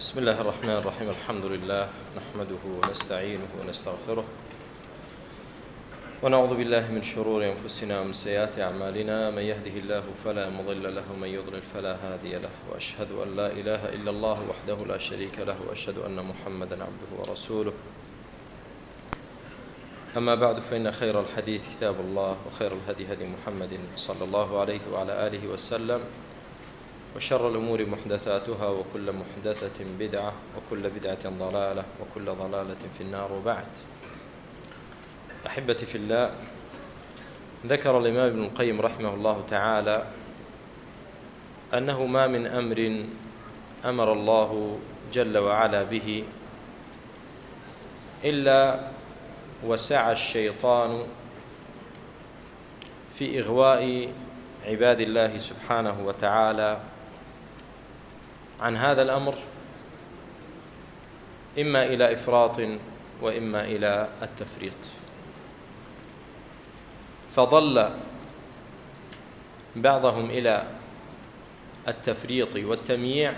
بسم الله الرحمن الرحيم. الحمد لله نحمده ونستعينه ونستغفره ونعوذ بالله من شرور أنفسنا ومن سيئات أعمالنا. من يهده الله فلا مضل له ومن يضلل فلا هادي له، وأشهد أن لا إله إلا الله وحده لا شريك له، وأشهد أن محمدا عبده ورسوله. أما بعد، فإن خير الحديث كتاب الله، وخير الهدي هدي محمد صلى الله عليه وعلى آله وسلم، وشر الأمور محدثاتها، وكل محدثة بدعة، وكل بدعة ضلالة، وكل ضلالة في النار. وبعد، أحبتي في الله، ذكر الإمام ابن القيم رحمه الله تعالى أنه ما من أمر أمر الله جل وعلا به إلا وسعى الشيطان في إغواء عباد الله سبحانه وتعالى عن هذا الأمر، إما إلى إفراط وإما إلى التفريط، فضل بعضهم إلى التفريط والتمييع،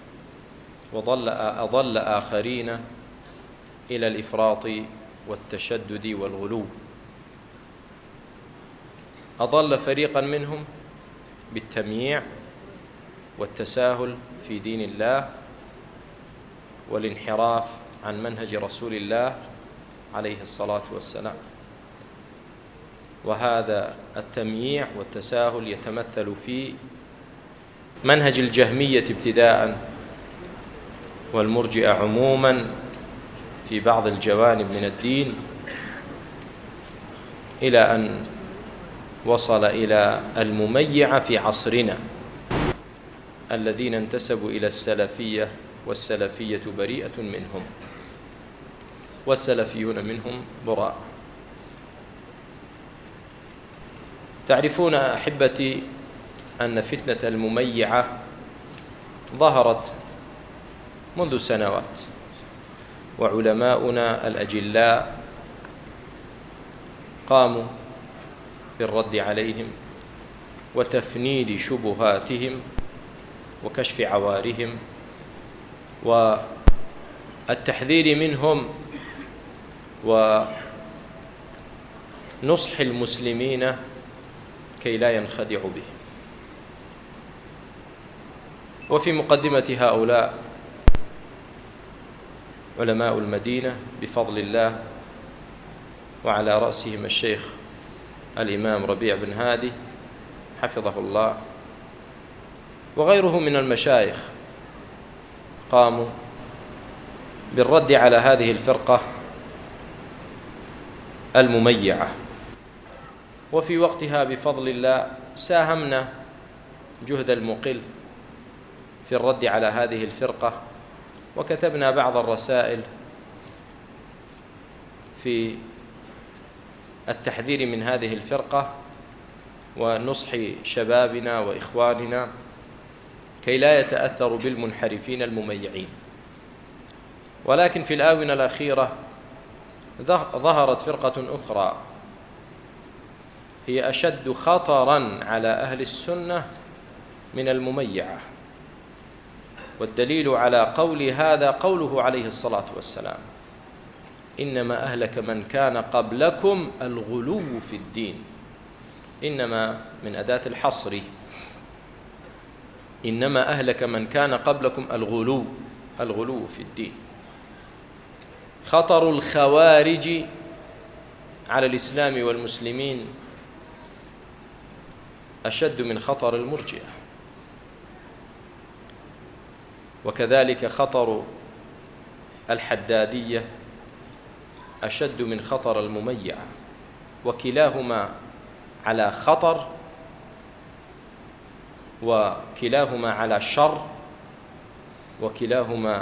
وأضل آخرين إلى الإفراط والتشدد والغلو. أضل فريقا منهم بالتمييع والتساهل في دين الله والانحراف عن منهج رسول الله عليه الصلاة والسلام، وهذا التمييع والتساهل يتمثل في منهج الجهمية ابتداء، والمرجئة عموما في بعض الجوانب من الدين، إلى أن وصل إلى المميعة في عصرنا الذين انتسبوا إلى السلفية، والسلفية بريئة منهم، والسلفيون منهم براء. تعرفون أحبتي أن فتنة المميعة ظهرت منذ سنوات، وعلماؤنا الأجلاء قاموا بالرد عليهم وتفنيد شبهاتهم وكشف عوارهم والتحذير منهم ونصح المسلمين كي لا ينخدعوا به. وفي مقدمة هؤلاء علماء المدينة بفضل الله، وعلى رأسهم الشيخ الإمام ربيع بن هادي حفظه الله، وغيره من المشايخ، قاموا بالرد على هذه الفرقة المميعة. وفي وقتها بفضل الله ساهمنا جهد المقل في الرد على هذه الفرقة، وكتبنا بعض الرسائل في التحذير من هذه الفرقة ونصح شبابنا وإخواننا كي لا يتأثروا بالمنحرفين المميعين. ولكن في الآونة الأخيرة ظهرت فرقة أخرى هي أشد خطراً على أهل السنة من المميعة، والدليل على قول هذا قوله عليه الصلاة والسلام: إنما أهلك من كان قبلكم الغلو في الدين. إنما من أداة الحصر، إنما أهلك من كان قبلكم الغلو في الدين. خطر الخوارج على الإسلام والمسلمين أشد من خطر المرجئة، وكذلك خطر الحدادية أشد من خطر المميعة، وكلاهما على خطر، وكلاهما على شر، وكلاهما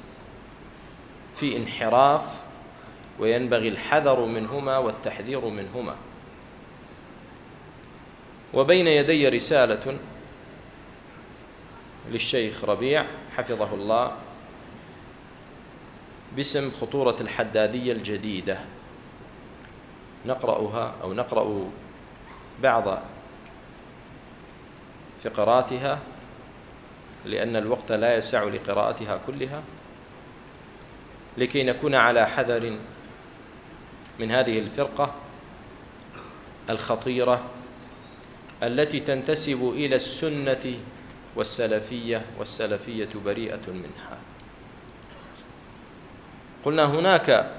في انحراف، وينبغي الحذر منهما والتحذير منهما. وبين يدي رسالة للشيخ ربيع حفظه الله باسم خطورة الحدادية الجديدة، نقرأها أو نقرأ بعض فقراتها لأن الوقت لا يسع لقراءتها كلها، لكي نكون على حذر من هذه الفرقة الخطيرة التي تنتسب إلى السنة والسلفية، والسلفية بريئة منها. قلنا هناك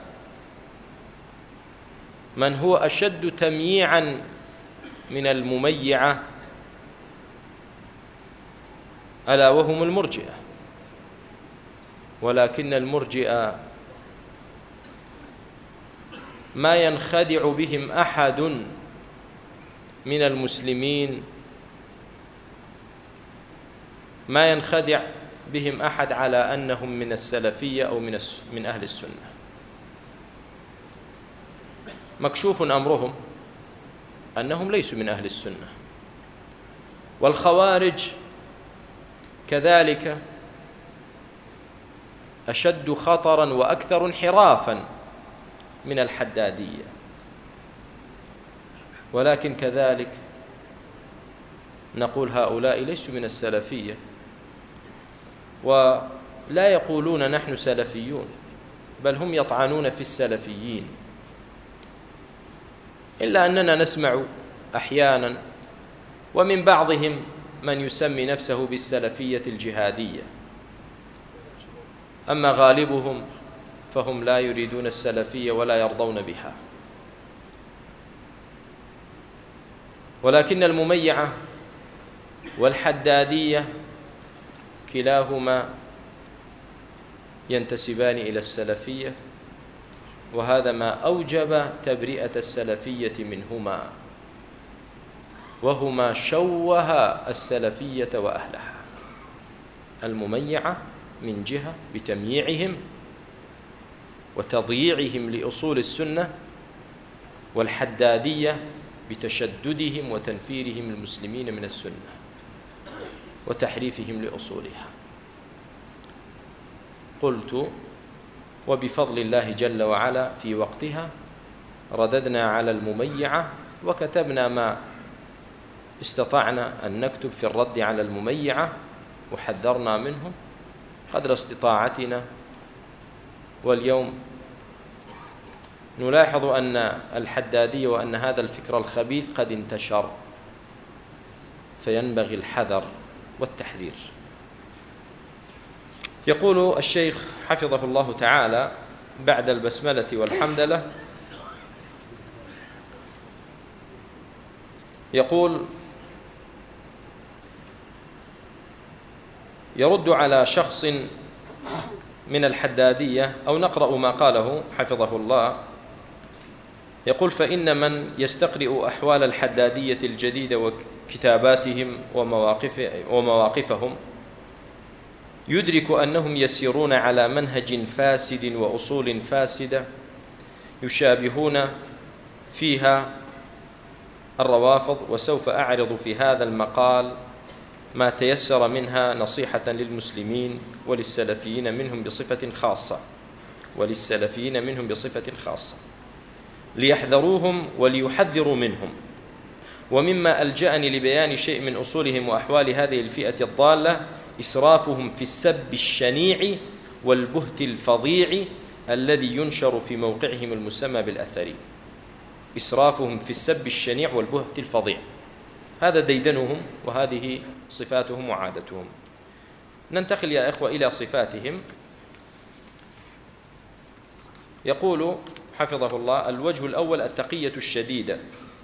من هو أشد تمييعا من المميعة، ألا وهم المرجئة. ولكن المرجئة ما ينخدع بهم أحد من المسلمين، ما ينخدع بهم أحد على أنهم من السلفية أو من أهل السنة. مكشوف أمرهم أنهم ليسوا من أهل السنة. والخوارج كذلك أشد خطرا وأكثر انحرافا من الحدادية، ولكن كذلك نقول هؤلاء ليسوا من السلفية، ولا يقولون نحن سلفيون، بل هم يطعنون في السلفيين. إلا أننا نسمع أحيانا ومن بعضهم من يسمي نفسه بالسلفية الجهادية، أما غالبهم فهم لا يريدون السلفية ولا يرضون بها. ولكن المميعة والحدادية كلاهما ينتسبان إلى السلفية، وهذا ما أوجب تبرئة السلفية منهما، وهما شوه السلفية وأهلها. المميعة من جهة بتمييعهم وتضييعهم لأصول السنة، والحدادية بتشددهم وتنفيرهم المسلمين من السنة وتحريفهم لأصولها. قلت وبفضل الله جل وعلا في وقتها رددنا على المميعة وكتبنا ما استطعنا أن نكتب في الرد على المميعة، وحذرنا منهم قدر استطاعتنا. واليوم نلاحظ أن الحدادية وأن هذا الفكر الخبيث قد انتشر، فينبغي الحذر والتحذير. يقول الشيخ حفظه الله تعالى بعد البسملة والحمدلة، يقول: يرد على شخص من الحدادية، أو نقرأ ما قاله حفظه الله. يقول: فإن من يستقرئ أحوال الحدادية الجديدة وكتاباتهم ومواقفهم يدرك أنهم يسيرون على منهج فاسد وأصول فاسدة يشابهون فيها الروافض. وسوف أعرض في هذا المقال ما تيسر منها نصيحة للمسلمين وللسلفيين منهم بصفة خاصة ليحذروهم وليحذروا منهم. ومما ألجأني لبيان شيء من أصولهم وأحوال هذه الفئة الضالة إسرافهم في السب الشنيع والبهت الفظيع الذي ينشر في موقعهم المسمى بالأثري. إسرافهم في السب الشنيع والبهت الفظيع، هذا ديدنهم وهذه صفاتهم وعادتهم. ننتقل يا إخوة إلى صفاتهم. يقول حفظه الله: الوجه الأول التقية الشديدة.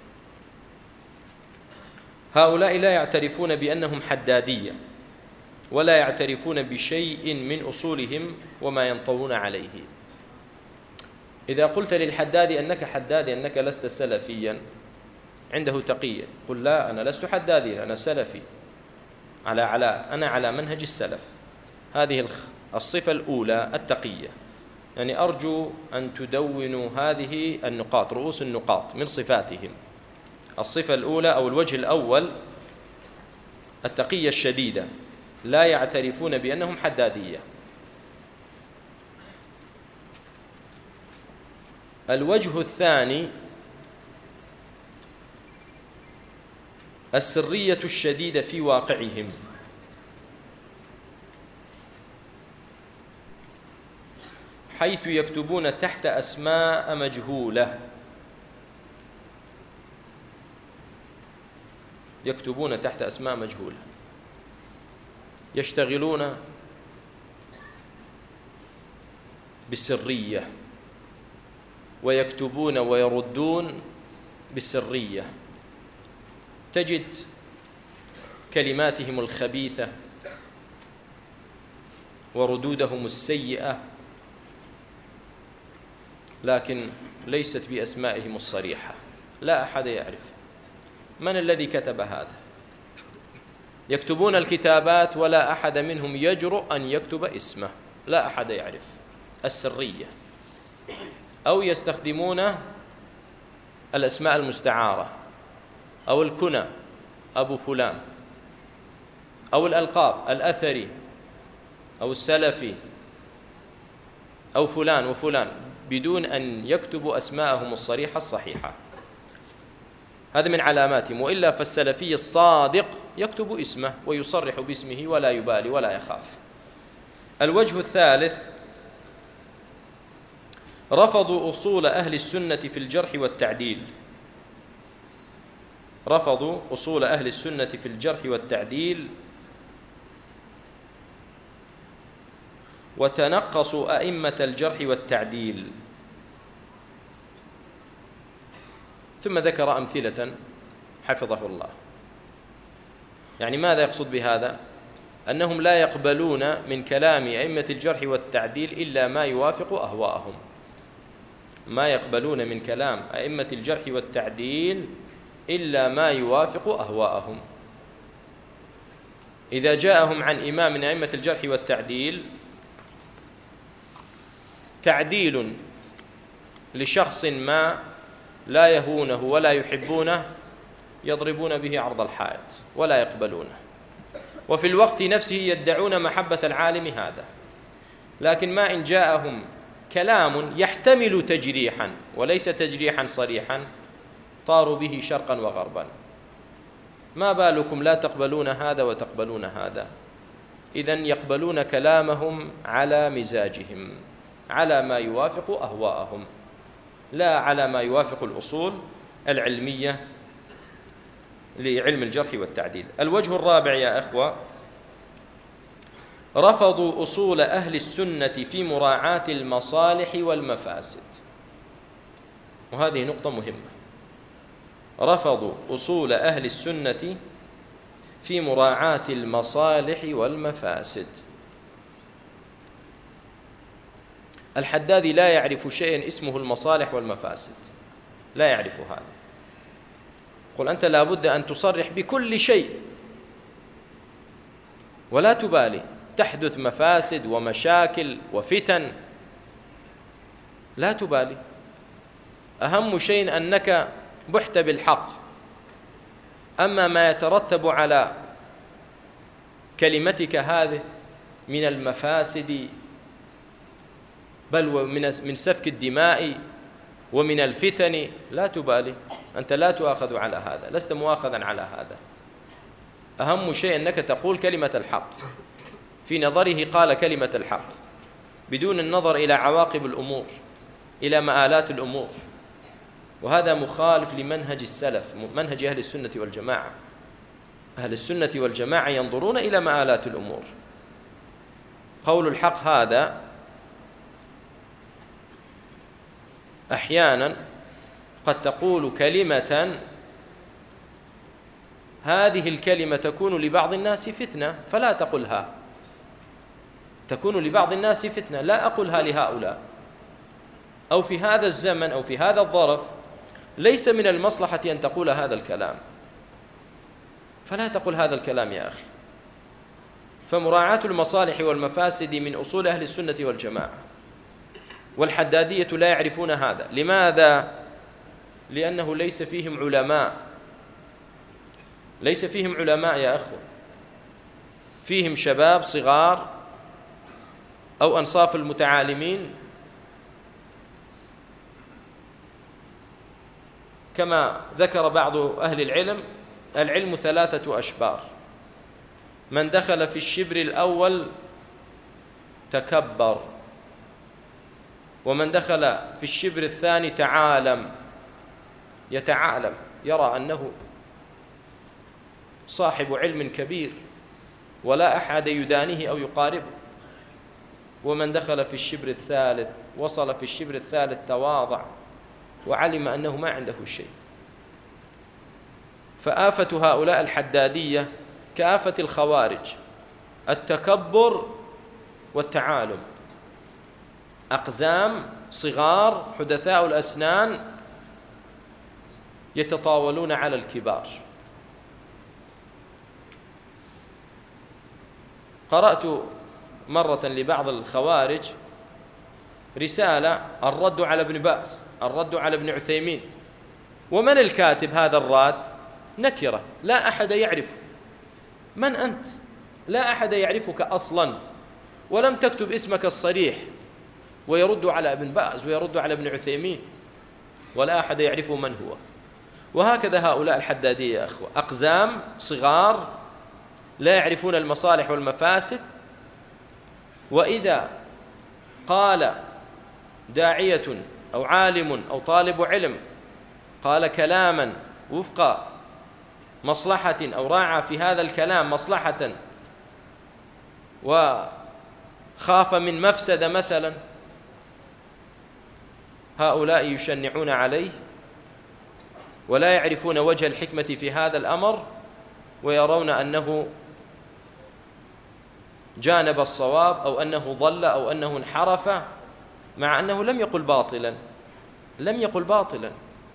هؤلاء لا يعترفون بأنهم حدادية، ولا يعترفون بشيء من أصولهم وما ينطوون عليه. إذا قلت للحدادي أنك حدادي، أنك لست سلفيا، عنده تقية. قل: لا، أنا لست حدادي، أنا سلفي، أنا على منهج السلف. هذه الصفة الأولى التقية. يعني أرجو أن تدونوا هذه النقاط، رؤوس النقاط من صفاتهم. الصفة الأولى أو الوجه الأول التقية الشديدة، لا يعترفون بأنهم حدادية. الوجه الثاني السرية الشديدة في واقعهم. حيث يكتبون تحت أسماء مجهولة، يكتبون تحت أسماء مجهولة، يشتغلون بالسرية ويكتبون ويردون بالسرية. تجد كلماتهم الخبيثة وردودهم السيئة، لكن ليست بأسمائهم الصريحة، لا أحد يعرف من الذي كتب هذا. يكتبون الكتابات ولا أحد منهم يجرؤ أن يكتب اسمه، لا أحد يعرف، السرية. أو يستخدمون الأسماء المستعارة أو الكنى، أبو فلان، أو الألقاب، الأثري أو السلفي أو فلان وفلان، بدون أن يكتبوا أسماءهم الصريحة الصحيحة. هذا من علاماتهم. وإلا فالسلفي الصادق يكتب اسمه ويصرح باسمه ولا يبالي ولا يخاف. الوجه الثالث: رفضوا أصول أهل السنة في الجرح والتعديل. رفضوا أصول أهل السنة في الجرح والتعديل، وتنقصوا أئمة الجرح والتعديل. ثم ذكر أمثلة حفظه الله. يعني ماذا يقصد بهذا؟ أنهم لا يقبلون من كلام أئمة الجرح والتعديل إلا ما يوافق أهواءهم. ما يقبلون من كلام أئمة الجرح والتعديل إلا ما يوافق أهواءهم. إذا جاءهم عن إمام من أئمة الجرح والتعديل تعديل لشخص ما لا يهونه ولا يحبونه، يضربون به عرض الحائط ولا يقبلونه، وفي الوقت نفسه يدعون محبة العالم هذا. لكن ما إن جاءهم كلام يحتمل تجريحا وليس تجريحا صريحا، طاروا به شرقا وغربا. ما بالكم لا تقبلون هذا وتقبلون هذا؟ إذن يقبلون كلامهم على مزاجهم، على ما يوافق أهواءهم، لا على ما يوافق الأصول العلمية لعلم الجرح والتعديل. الوجه الرابع يا أخوة: رفضوا أصول أهل السنة في مراعاة المصالح والمفاسد. وهذه نقطة مهمة. رفضوا أصول أهل السنة في مراعاة المصالح والمفاسد. الحدادي لا يعرف شيئا اسمه المصالح والمفاسد، لا يعرف هذا. قل أنت لابد أن تصرح بكل شيء ولا تبالي، تحدث مفاسد ومشاكل وفتن لا تبالي، أهم شيء أنك بحت بالحق. أما ما يترتب على كلمتك هذه من المفاسد، بل ومن سفك الدماء ومن الفتن، لا تبالي، أنت لا تؤاخذ على هذا، لست مؤاخذا على هذا. أهم شيء أنك تقول كلمة الحق. في نظره قال كلمة الحق بدون النظر إلى عواقب الأمور، إلى مآلات الأمور. وهذا مخالف لمنهج السلف، منهج أهل السنة والجماعة. أهل السنة والجماعة ينظرون إلى مآلات الأمور. قول الحق هذا أحيانا قد تقول كلمة، هذه الكلمة تكون لبعض الناس فتنة فلا تقلها، تكون لبعض الناس فتنة، لا أقولها لهؤلاء، أو في هذا الزمن أو في هذا الظرف ليس من المصلحة أن تقول هذا الكلام، فلا تقل هذا الكلام يا أخي. فمراعاة المصالح والمفاسد من أصول أهل السنة والجماعة، والحدادية لا يعرفون هذا. لماذا؟ لأنه ليس فيهم علماء، ليس فيهم علماء يا أخوة، فيهم شباب صغار أو أنصاف المتعالمين، كما ذكر بعض أهل العلم: العلم 3 أشبار، من دخل في الشبر الأول تكبر، ومن دخل في الشبر الثاني تعالم، يتعالم، يرى أنه صاحب علم كبير ولا أحد يدانيه أو يقاربه. ومن دخل في الشبر الثالث، وصل في الشبر الثالث تواضع وعلم أنه ما عنده شيء. فآفة هؤلاء الحدادية كآفة الخوارج، التكبر والتعالم، أقزام صغار حدثاء الأسنان يتطاولون على الكبار. قرأت مرة لبعض الخوارج رسالة الرد على ابن باز، الرد على ابن عثيمين. ومن الكاتب هذا الراد؟ نكرة لا أحد يعرفه. من أنت؟ لا أحد يعرفك أصلا، ولم تكتب اسمك الصريح، ويرد على ابن باز ويرد على ابن عثيمين، ولا أحد يعرف من هو. وهكذا هؤلاء الحدادية يا أخوة، أقزام صغار لا يعرفون المصالح والمفاسد. وإذا قال داعية أو عالم أو طالب علم قال كلاما وفق مصلحة أو راعى في هذا الكلام مصلحة وخاف من مفسدة مثلا، هؤلاء يشنعون عليه ولا يعرفون وجه الحكمة في هذا الأمر، ويرون أنه جانب الصواب أو أنه ضل أو أنه انحرف، مع أنه لم يقل باطلا، لم يقل باطلا،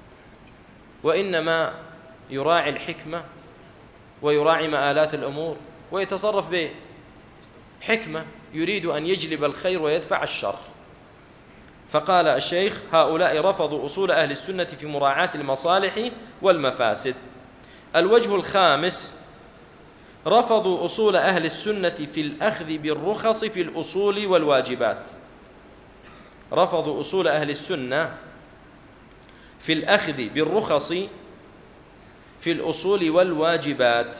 وإنما يراعي الحكمة ويراعي مآلات الأمور ويتصرف بحكمة، يريد أن يجلب الخير ويدفع الشر. فقال الشيخ: هؤلاء رفضوا أصول أهل السنة في مراعاة المصالح والمفاسد. الوجه الخامس: رفضوا أصول أهل السنة في الأخذ بالرخص في الأصول والواجبات. رفضوا أصول أهل السنة في الأخذ بالرخص في الأصول والواجبات،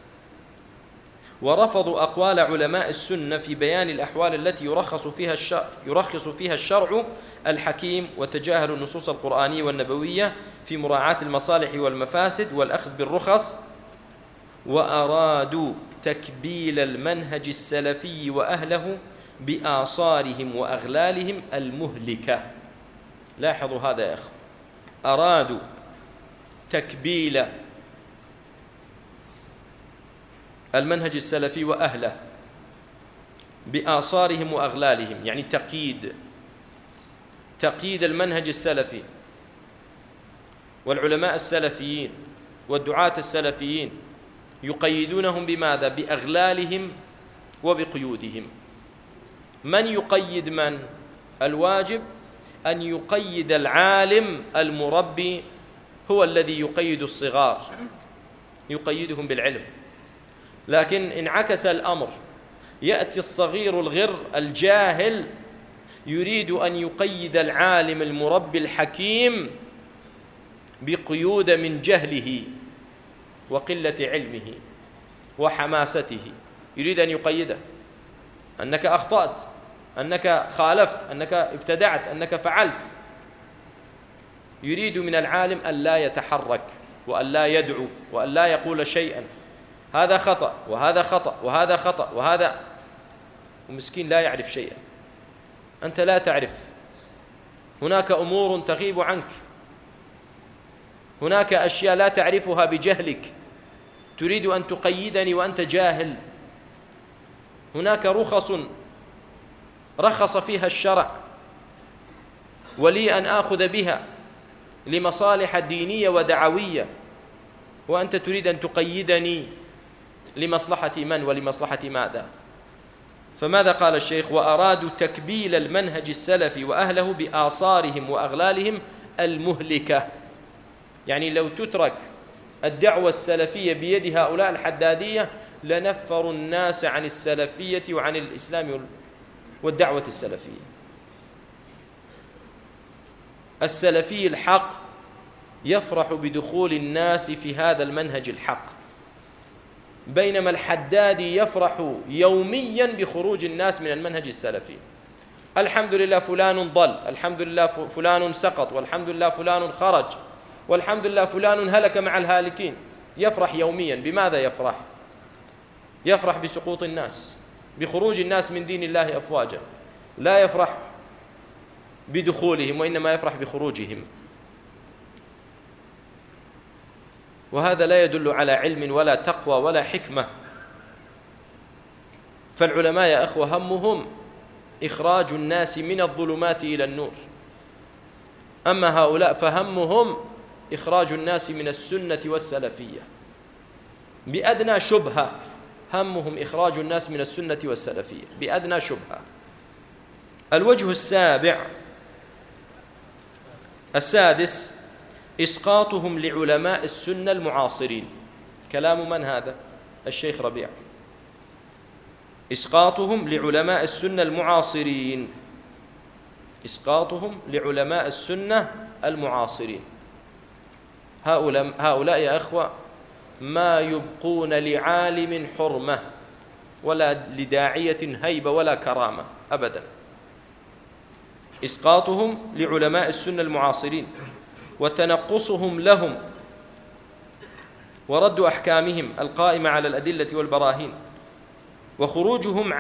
ورفضوا أقوال علماء السنة في بيان الأحوال التي يرخص فيها الشرع الحكيم، وتجاهلوا النصوص القرآنية والنبوية في مراعاة المصالح والمفاسد والأخذ بالرخص. وأرادوا تكبيل المنهج السلفي وأهله بآثارهم وأغلالهم المهلكة. لاحظوا هذا يا أخو، أرادوا تكبيل المنهج السلفي وأهله بآثارهم وأغلالهم، يعني تقييد المنهج السلفي والعلماء السلفيين والدعاة السلفيين، يقيدونهم بماذا؟ بأغلالهم وبقيودهم. من يقيد من؟ الواجب أن يقيد العالم المربي، هو الذي يقيد الصغار، يقيدهم بالعلم. لكن انعكس الأمر، يأتي الصغير الغر الجاهل يريد أن يقيد العالم المربي الحكيم بقيود من جهله وقلة علمه وحماسته، يريد أن يقيده: أنك أخطأت، أنك خالفت، أنك ابتدعت، أنك فعلت. يريد من العالم أن لا يتحرك وأن لا يدعو وأن لا يقول شيئا، هذا خطأ وهذا خطأ وهذا خطأ وهذا، ومسكين لا يعرف شيئا. أنت لا تعرف، هناك أمور تغيب عنك، هناك أشياء لا تعرفها بجهلك، تريد أن تقيدني وأنت جاهل. هناك رخص فيها الشرع ولي أن آخذ بها لمصالح دينية ودعوية، وأنت تريد أن تقيدني لمصلحة من ولمصلحة ماذا؟ فماذا قال الشيخ؟ وأرادوا تكبيل المنهج السلفي وأهله بآثارهم وأغلالهم المهلكة. يعني لو تترك الدعوة السلفية بيد هؤلاء الحدادية لنفروا الناس عن السلفية وعن الإسلام والدعوة السلفية. السلفي الحق يفرح بدخول الناس في هذا المنهج الحق، بينما الحدادي يفرح يوميا بخروج الناس من المنهج السلفي. الحمد لله فلان ضل، الحمد لله فلان سقط، والحمد لله فلان خرج، والحمد لله فلان هلك مع الهالكين. يفرح يوميا. بماذا يفرح؟ يفرح بسقوط الناس، بخروج الناس من دين الله أفواجا. لا يفرح بدخولهم، وإنما يفرح بخروجهم. وهذا لا يدل على علم ولا تقوى ولا حكمة. فالعلماء يا أخوة همهم إخراج الناس من الظلمات إلى النور. أما هؤلاء فهمهم إخراج الناس من السنة والسلفية بأدنى شبهة. همهم إخراج الناس من السنة والسلفية بأدنى شبهة. الوجه السادس إسقاطهم لعلماء السنة المعاصرين. كلام من هذا؟ الشيخ ربيع. إسقاطهم لعلماء السنة المعاصرين. إسقاطهم لعلماء السنة المعاصرين. هؤلاء يا أخوة ما يبقون لعالم حرمة ولا لداعية هيبة ولا كرامة أبدا. إسقاطهم لعلماء السنة المعاصرين وتنقصهم لهم ورد أحكامهم القائمة على الأدلة والبراهين وخروجهم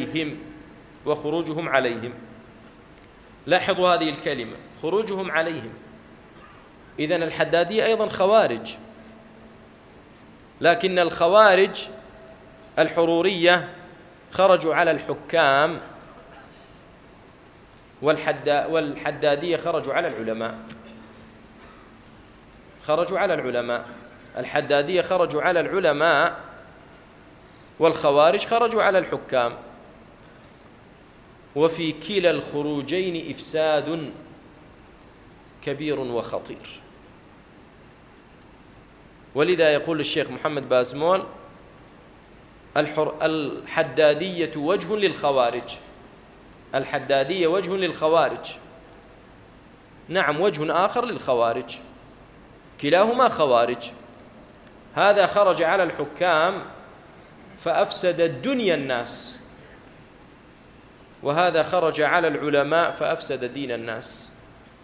عليهم. لاحظوا هذه الكلمة، خروجهم عليهم. إذن الحدادية أيضا خوارج، لكن الخوارج الحرورية خرجوا على الحكام، والحدادية خرجوا على العلماء. الحدادية خرجوا على العلماء، والخوارج خرجوا على الحكام. وفي كلا الخروجين إفساد كبير وخطير. ولذا يقول الشيخ محمد بازمول الحدادية وجه للخوارج. الحدادية وجه للخوارج، نعم، وجه آخر للخوارج، كلاهما خوارج. هذا خرج على الحكام فأفسد الدنيا الناس، وهذا خرج على العلماء فأفسد دين الناس.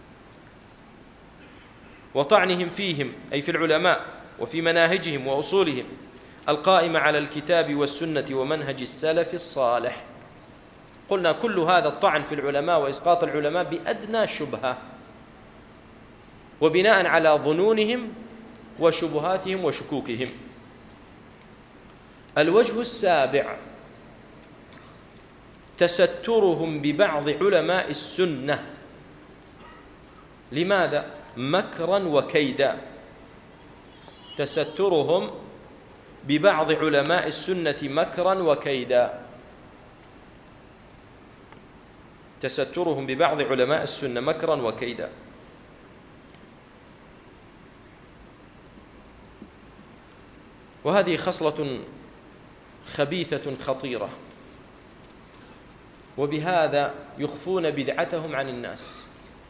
وطعنهم فيهم أي في العلماء وفي مناهجهم وأصولهم القائمة على الكتاب والسنة ومنهج السلف الصالح. قلنا كل هذا الطعن في العلماء وإسقاط العلماء بأدنى شبهة، وبناء على ظنونهم وشبهاتهم وشكوكهم. الوجه السابع تسترهم ببعض علماء السنة. لماذا؟ مكرا وكيدا. تسترهم ببعض علماء السنة مكرا وكيدا. تسترهم ببعض علماء السنة مكرا وكيدا. وهذه خصلة خبيثة خطيرة، وبهذا يخفون بدعتهم عن الناس.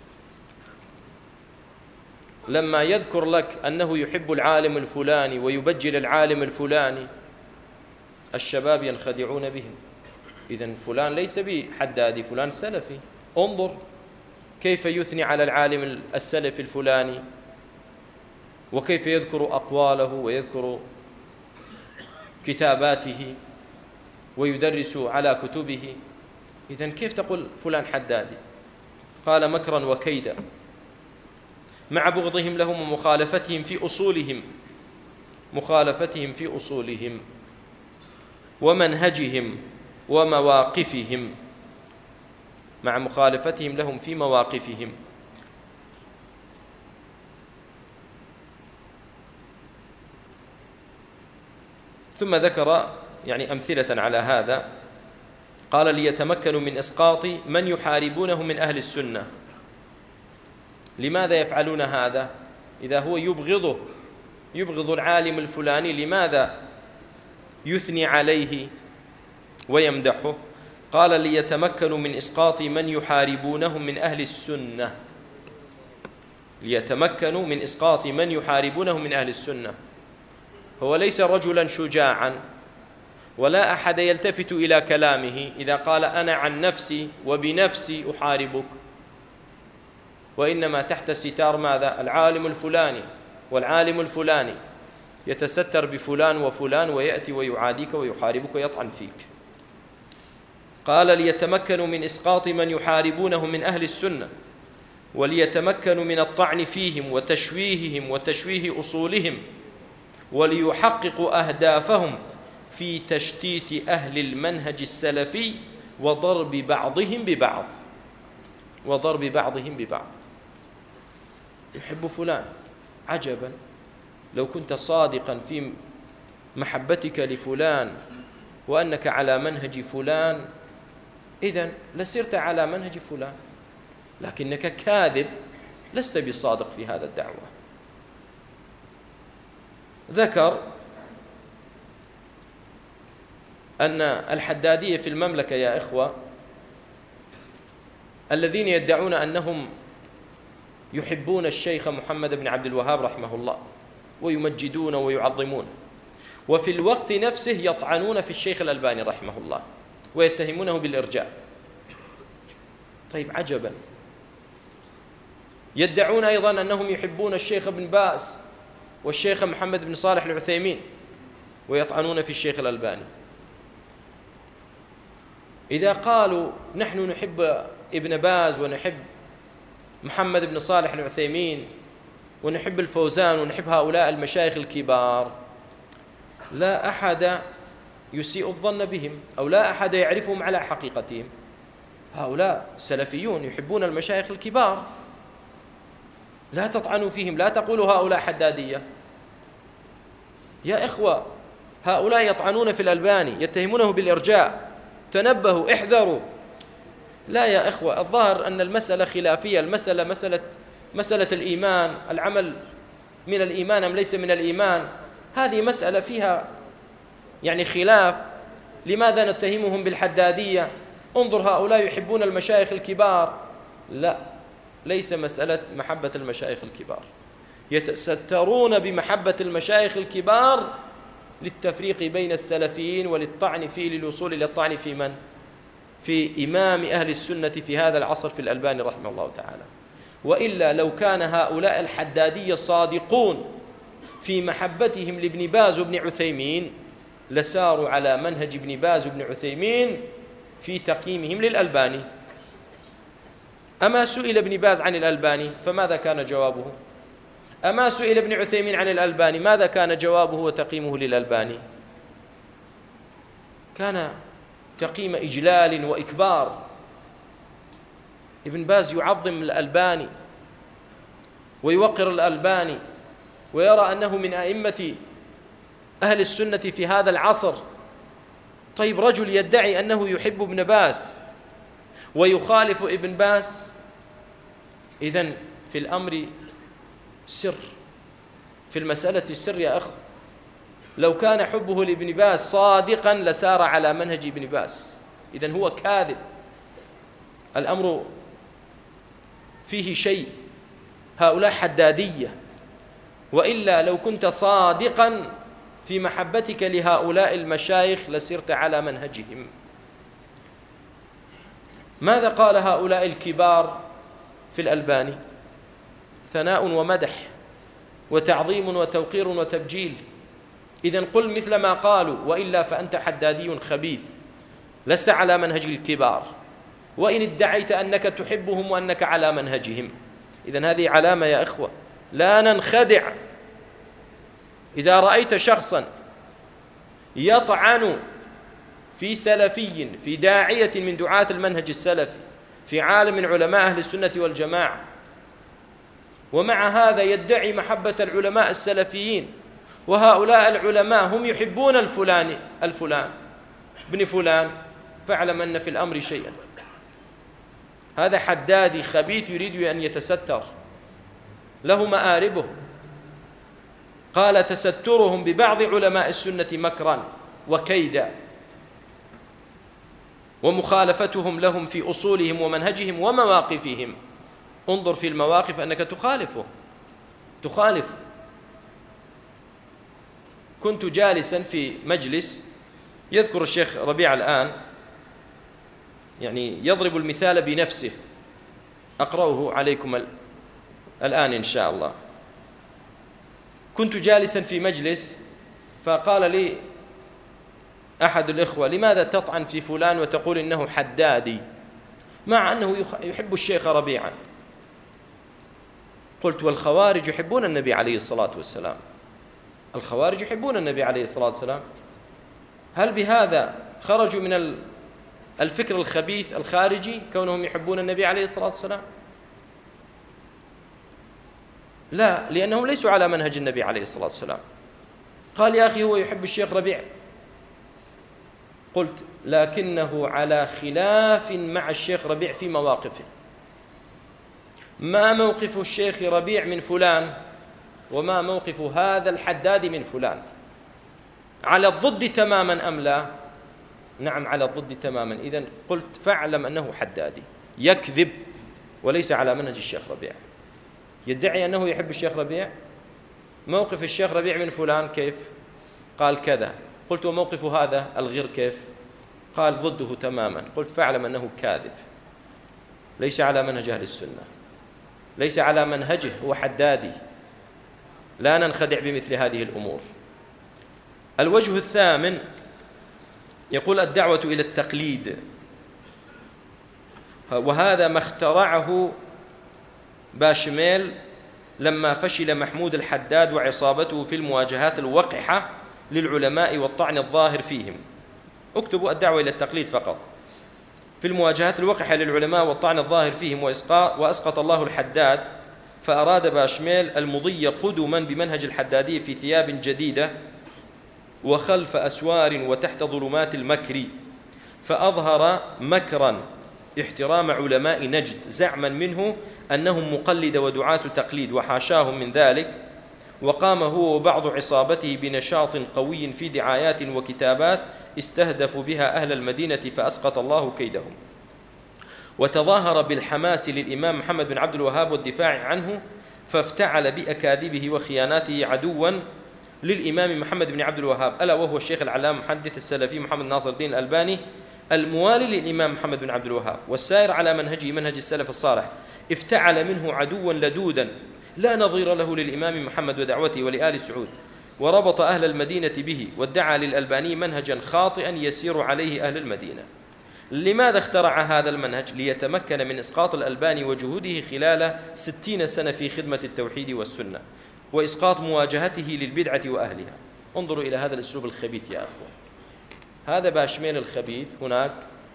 لما يذكر لك أنه يحب العالم الفلاني ويبجل العالم الفلاني، الشباب ينخدعون بهم. إذن فلان ليس بحدادي، فلان سلفي. انظر كيف يثني على العالم السلفي الفلاني، وكيف يذكر أقواله ويذكر كتاباته ويدرس على كتبه. إذن كيف تقول فلان حدادي؟ قال مكرا وكيدا، مع بغضهم لهم ومخالفتهم في أصولهم ومنهجهم ومواقفهم، مع مخالفتهم لهم في مواقفهم. ثم ذكر أمثلة على هذا. قال ليتمكنوا من إسقاط من يحاربونه من أهل السنة. لماذا يفعلون هذا؟ إذا هو يبغض العالم الفلاني، لماذا يثني عليه ويمدحه؟ قال ليتمكنوا من إسقاط من يحاربونهم من أهل السنة. ليتمكنوا من إسقاط من يحاربونهم من أهل السنة. هو ليس رجلا شجاعا ولا أحد يلتفت إلى كلامه إذا قال أنا عن نفسي وبنفسي أحاربك، وإنما تحت ستار ماذا؟ العالم الفلاني والعالم الفلاني يتستر بفلان وفلان ويأتي ويعاديك ويحاربك ويطعن فيك. قال ليتمكنوا من إسقاط من يحاربونه من أهل السنة، وليتمكنوا من الطعن فيهم وتشويههم وتشويه أصولهم، وليحققوا أهدافهم في تشتيت أهل المنهج السلفي وضرب بعضهم ببعض. وضرب بعضهم ببعض. يحب فلان، عجبا لو كنت صادقا في محبتك لفلان وأنك على منهج فلان إذن لسرت على منهج فلان، لكنك كاذب، لست بصادق في هذا الدعوة. ذكر أن الحدادية في المملكة يا إخوة الذين يدعون أنهم يحبون الشيخ محمد بن عبد الوهاب رحمه الله ويمجدون ويعظمون، وفي الوقت نفسه يطعنون في الشيخ الألباني رحمه الله ويتهمونه بالإرجاء. طيب عجبا. يدعون أيضا أنهم يحبون الشيخ ابن باز والشيخ محمد بن صالح العثيمين ويطعنون في الشيخ الألباني. إذا قالوا نحن نحب ابن باز ونحب محمد بن صالح العثيمين ونحب الفوزان ونحب هؤلاء المشايخ الكبار، لا أحد يسيء الظن بهم أو لا أحد يعرفهم على حقيقتهم. هؤلاء السلفيون يحبون المشايخ الكبار، لا تطعنوا فيهم، لا تقولوا هؤلاء حدادية. يا إخوة هؤلاء يطعنون في الألباني، يتهمونه بالإرجاء، تنبهوا، احذروا. لا يا إخوة، الظاهر أن المسألة خلافية، مسألة الإيمان، العمل من الإيمان أم ليس من الإيمان، هذه مسألة فيها يعني خلاف. لماذا نتهمهم بالحدادية؟ انظر هؤلاء يحبون المشايخ الكبار. لا، ليس مسألة محبة المشايخ الكبار، يتسترون بمحبة المشايخ الكبار للتفريق بين السلفيين وللطعن فيه، للوصول إلى الطعن في من؟ في إمام أهل السنة في هذا العصر، في الألباني رحمه الله تعالى. وإلا لو كان هؤلاء الحدادية صادقون في محبتهم لابن باز وابن عثيمين لساروا على منهج ابن باز وابن عثيمين في تقييمهم للألباني. أما سئل ابن باز عن الألباني فماذا كان جوابه؟ أما سئل ابن عثيمين عن الألباني ماذا كان جوابه وتقييمه للألباني؟ كان تقييم إجلال وإكبار. ابن باز يعظم الألباني ويوقر الألباني ويرى أنه من أئمة أهل السنة في هذا العصر. طيب رجل يدعي أنه يحب ابن باز ويخالف ابن باز، إذن في الأمر سر، في المسألة سر يا أخ. لو كان حبه لابن باز صادقا لسار على منهج ابن باز، إذن هو كاذب. الأمر فيه شيء، هؤلاء حدادية. وإلا لو كنت صادقا في محبتك لهؤلاء المشايخ لسرت على منهجهم. ماذا قال هؤلاء الكبار في الألباني؟ ثناء ومدح وتعظيم وتوقير وتبجيل. إذن قل مثل ما قالوا، وإلا فأنت حدادي خبيث، لست على منهج الكبار، وإن ادعيت أنك تحبهم وأنك على منهجهم. إذن هذه علامة يا إخوة، لا ننخدع. إذا رأيت شخصا يطعن في سلفي، في داعية من دعاة المنهج السلفي، في عالم من علماء أهل السنة والجماعة، ومع هذا يدعي محبة العلماء السلفيين، وهؤلاء العلماء هم يحبون الفلان ابن فلان، فاعلم أن في الأمر شيئا. هذا حدادي خبيث يريد أن يتستر، له مآربه. قال تسترهم ببعض علماء السنة مكرا وكيدا، ومخالفتهم لهم في أصولهم ومنهجهم ومواقفهم. انظر في المواقف أنك تخالف. كنت جالسا في مجلس يذكر الشيخ ربيع الآن يعني يضرب المثال بنفسه، أقرأه عليكم الآن إن شاء الله. كنت جالسا في مجلس فقال لي أحد الإخوة: لماذا تطعن في فلان وتقول إنه حدادي مع أنه يحب الشيخ ربيعا؟ قلت: والخوارج يحبون النبي عليه الصلاة والسلام، الخوارج يحبون النبي عليه الصلاة والسلام، هل بهذا خرجوا من الفكر الخبيث الخارجي كونهم يحبون النبي عليه الصلاة والسلام؟ لا، لأنهم ليسوا على منهج النبي عليه الصلاة والسلام. قال: يا أخي هو يحب الشيخ ربيع. قلت: لكنه على خلاف مع الشيخ ربيع في مواقفه. ما موقف الشيخ ربيع من فلان وما موقف هذا الحداد من فلان؟ على الضد تماما أم لا؟ نعم على الضد تماما. إذن قلت: فاعلم أنه حدادي يكذب وليس على منهج الشيخ ربيع، يدعي أنه يحب الشيخ ربيع. موقف الشيخ ربيع من فلان كيف؟ قال كذا. قلت: وموقف هذا الغير كيف؟ قال ضده تماما. قلت: فاعلم أنه كاذب، ليس على منهج أهل السنة، ليس على منهجه، هو حدادي، لا ننخدع بمثل هذه الأمور. الوجه الثامن يقول: الدعوة إلى التقليد، وهذا ما اخترعه باشميل لما فشل محمود الحداد وعصابته في المواجهات الوقحة للعلماء والطعن الظاهر فيهم. اكتبوا الدعوة إلى التقليد فقط. في المواجهات الوقحة للعلماء والطعن الظاهر فيهم وأسقط الله الحداد، فأراد باشميل المضي قدما بمنهج الحدادية في ثياب جديدة وخلف أسوار وتحت ظلمات المكر، فأظهر مكرا احترام علماء نجد زعما منه أنهم مقلد ودعاة تقليد، وحاشاهم من ذلك. وقام هو وبعض عصابته بنشاط قوي في دعايات وكتابات استهدفوا بها أهل المدينة فأسقط الله كيدهم، وتظاهر بالحماس للإمام محمد بن عبد الوهاب والدفاع عنه، فافتعل بأكاذيبه وخياناته عدوا للإمام محمد بن عبد الوهاب، ألا وهو الشيخ العلامة محدث السلفي محمد ناصر الدين الألباني الموالي للإمام محمد بن عبد الوهاب والسائر على منهجه منهج السلف الصالح. افتعل منه عدوا لدودا لا نظير له للإمام محمد ودعوته ولآل سعود، وربط أهل المدينة به، وادعى للألباني منهجا خاطئا يسير عليه أهل المدينة. لماذا اخترع هذا المنهج؟ ليتمكن من إسقاط الألباني وجهوده خلال 60 سنة في خدمة التوحيد والسنة، وإسقاط مواجهته للبدعة وأهلها. انظروا إلى هذا الأسلوب الخبيث يا أخوة. هذا باشميل الخبيث هناك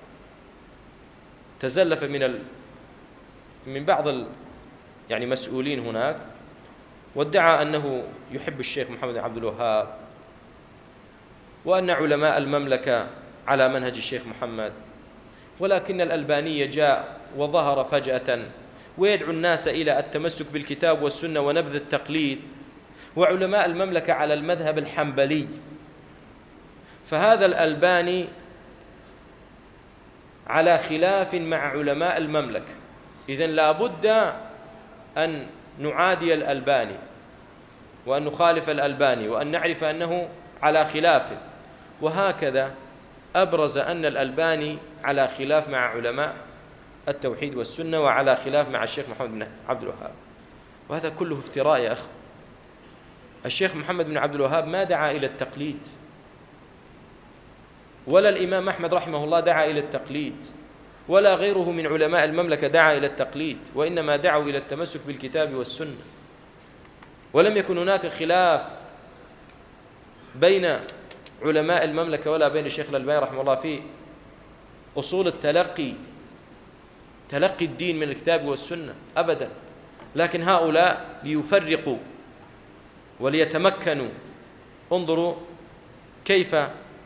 تزلف من بعض يعني مسؤولين هناك، وادعى أنه يحب الشيخ محمد بن عبد الوهاب، وأن علماء المملكة على منهج الشيخ محمد، ولكن الألباني جاء وظهر فجأة ويدعو الناس إلى التمسك بالكتاب والسنة ونبذ التقليد، وعلماء المملكة على المذهب الحنبلي. فهذا الألباني على خلاف مع علماء المملكة، إذن لا بد أن نعادي الألباني وأن نخالف الألباني وأن نعرف أنه على خلاف. وهكذا أبرز أن الألباني على خلاف مع علماء التوحيد والسنة وعلى خلاف مع الشيخ محمد بن عبد الوهاب، وهذا كله افتراء يا أخي. الشيخ محمد بن عبد الوهاب ما دعا إلى التقليد، ولا الإمام أحمد رحمه الله دعا إلى التقليد، ولا غيره من علماء المملكة دعا إلى التقليد، وإنما دعوا إلى التمسك بالكتاب والسنة. ولم يكن هناك خلاف بين علماء المملكة ولا بين الشيخ الألباني رحمه الله في أصول تلقي الدين من الكتاب والسنة أبدا، لكن هؤلاء ليفرقوا وليتمكنوا. انظروا كيف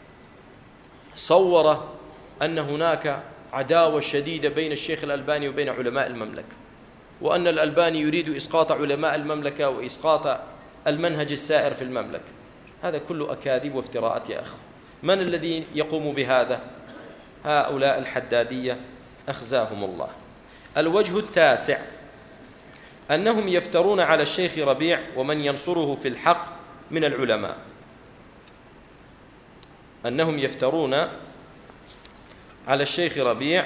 صور أن هناك عداوة شديدة بين الشيخ الألباني وبين علماء المملكة، وأن الألباني يريد إسقاط علماء المملكة وإسقاط المنهج السائر في المملكة. هذا كله أكاذيب وافتراءات يا أخ. من الذي يقوم بهذا؟ هؤلاء الحدادية أخزاهم الله. الوجه التاسع أنهم يفترون على الشيخ ربيع ومن ينصره في الحق من العلماء، أنهم يفترون على الشيخ ربيع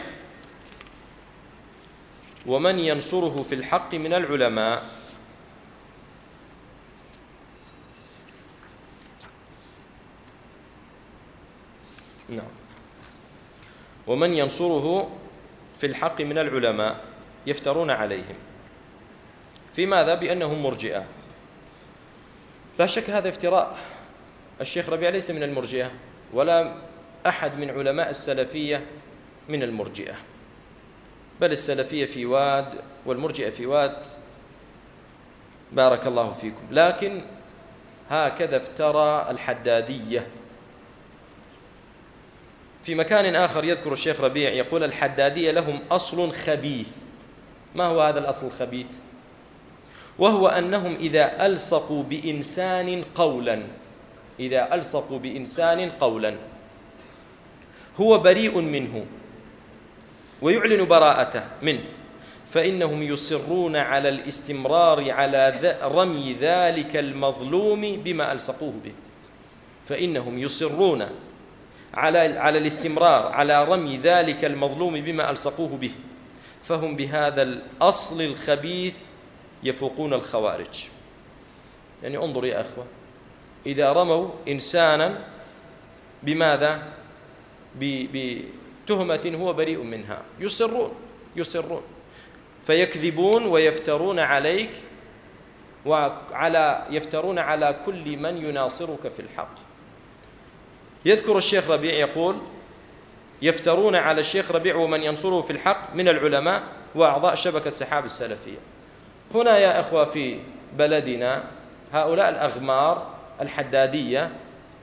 ومن ينصره في الحق من العلماء. نعم، ومن ينصره في الحق من العلماء يفترون عليهم في ماذا؟ بأنهم مرجئة. لا شك هذا افتراء. الشيخ ربيع ليس من المرجئة ولا أحد من علماء السلفية من المرجئة، بل السلفية في واد والمرجئة في واد، بارك الله فيكم. لكن هكذا افترى الحدادية. في مكان آخر يذكر الشيخ ربيع يقول الحدادية لهم أصل خبيث. ما هو هذا الأصل الخبيث؟ وهو أنهم إذا ألصقوا بإنسان قولا هو بريء منه ويعلن براءته منه، فإنهم يصرون على الاستمرار على رمي ذلك المظلوم بما ألصقوه به. فإنهم يصرون على الاستمرار على رمي ذلك المظلوم بما ألصقوه به، فهم بهذا الأصل الخبيث يفوقون الخوارج. يعني انظر يا أخوة، إذا رموا إنسانا بماذا؟ بتهمة هو بريء منها، يصرون فيكذبون ويفترون عليك يفترون على كل من يناصرك في الحق. يذكر الشيخ ربيع يقول يفترون على الشيخ ربيع ومن ينصره في الحق من العلماء وأعضاء شبكة سحاب السلفية. هنا يا أخوة في بلدنا هؤلاء الأغمار الحدادية